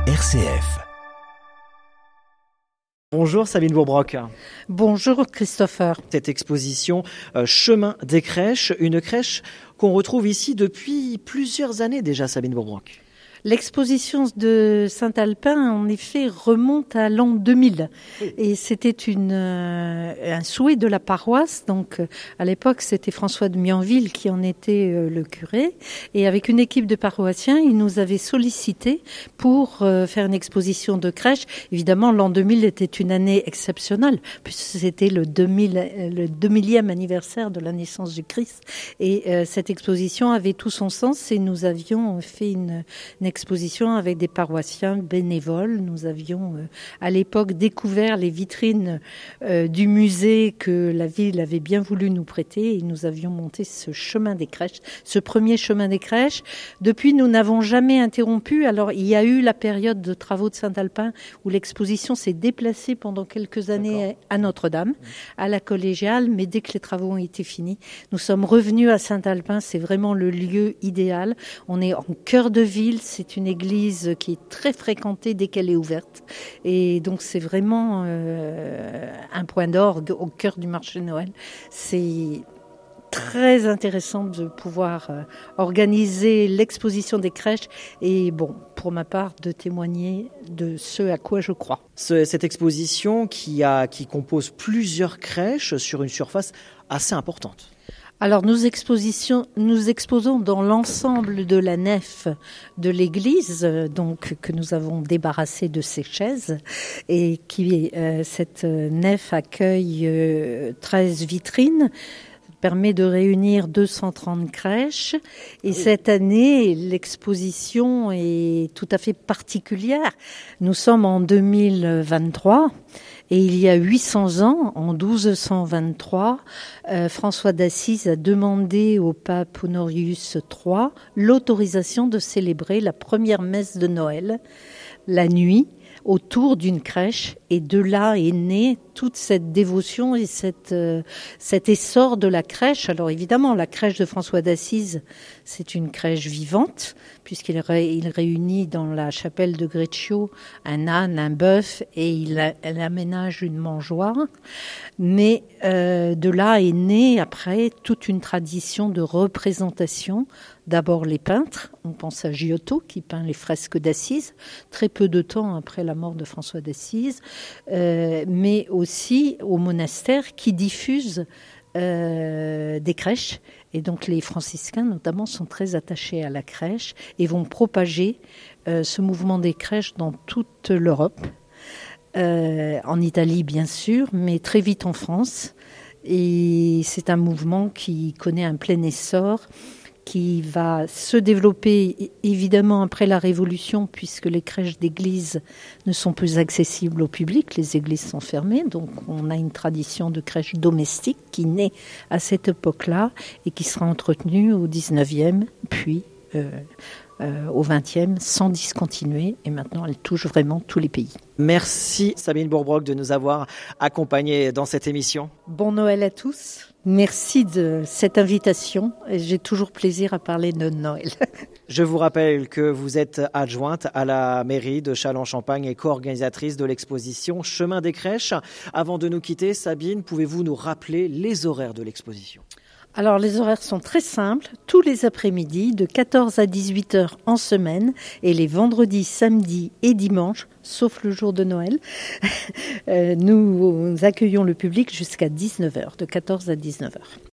RCF. Bonjour Sabine Bourbrock. Bonjour Christopher. Cette exposition Chemin des crèches, une crèche qu'on retrouve ici depuis plusieurs années déjà, Sabine Bourbrock. L'exposition de Saint-Alpin, en effet, remonte à l'an 2000. Oui. Et c'était un souhait de la paroisse. Donc, à l'époque, c'était François de Mianville qui en était le curé. Et avec une équipe de paroissiens, il nous avait sollicité pour faire une exposition de crèche. Évidemment, l'an 2000 était une année exceptionnelle, puisque c'était le 2000e anniversaire de la naissance du Christ. Et cette exposition avait tout son sens et nous avions fait une exposition avec des paroissiens bénévoles. Nous avions à l'époque découvert les vitrines du musée que la ville avait bien voulu nous prêter et nous avions monté ce chemin des crèches, ce premier chemin des crèches. Depuis, nous n'avons jamais interrompu. Alors, il y a eu la période de travaux de Saint-Alpin où l'exposition s'est déplacée pendant quelques années à Notre-Dame, à la collégiale, mais dès que les travaux ont été finis, nous sommes revenus à Saint-Alpin. C'est vraiment le lieu idéal. On est en cœur de ville. C'est une église qui est très fréquentée dès qu'elle est ouverte. Et donc, c'est vraiment un point d'orgue au cœur du marché de Noël. C'est très intéressant de pouvoir organiser l'exposition des crèches et, bon, pour ma part, de témoigner de ce à quoi je crois. Cette exposition qui compose plusieurs crèches sur une surface assez importante. Alors nous exposons dans l'ensemble de la nef de l'église, donc que nous avons débarrassé de ses chaises, et cette nef accueille 13 vitrines, permet de réunir 230 crèches. Et cette année, l'exposition est tout à fait particulière. Nous sommes en 2023 et il y a 800 ans, en 1223, François d'Assise a demandé au pape Honorius III l'autorisation de célébrer la première messe de Noël la nuit autour d'une crèche, et de là est née toute cette dévotion et cet essor de la crèche. Alors évidemment, la crèche de François d'Assise, c'est une crèche vivante, puisqu'il réunit dans la chapelle de Greccio un âne, un bœuf, et elle aménage une mangeoire. Mais de là est née après toute une tradition de représentation. D'abord les peintres, on pense à Giotto qui peint les fresques d'Assise, très peu de temps après la mort de François d'Assise, mais aussi au monastère qui diffuse des crèches. Et donc les franciscains notamment sont très attachés à la crèche et vont propager ce mouvement des crèches dans toute l'Europe, en Italie bien sûr, mais très vite en France. Et c'est un mouvement qui connaît un plein essor, qui va se développer évidemment après la Révolution, puisque les crèches d'église ne sont plus accessibles au public, les églises sont fermées, donc on a une tradition de crèche domestique qui naît à cette époque-là et qui sera entretenue au 19e, puis au 20e, sans discontinuer, et maintenant elle touche vraiment tous les pays. Merci Sabine Bourbrock de nous avoir accompagnés dans cette émission. Bon Noël à tous. Merci de cette invitation. J'ai toujours plaisir à parler de Noël. Je vous rappelle que vous êtes adjointe à la mairie de Châlons-Champagne et co-organisatrice de l'exposition Chemin des crèches. Avant de nous quitter, Sabine, pouvez-vous nous rappeler les horaires de l'exposition ? Alors les horaires sont très simples, tous les après-midi de 14 à 18 heures en semaine et les vendredis, samedis et dimanches, sauf le jour de Noël, nous accueillons le public jusqu'à 19 heures, de 14 à 19 heures.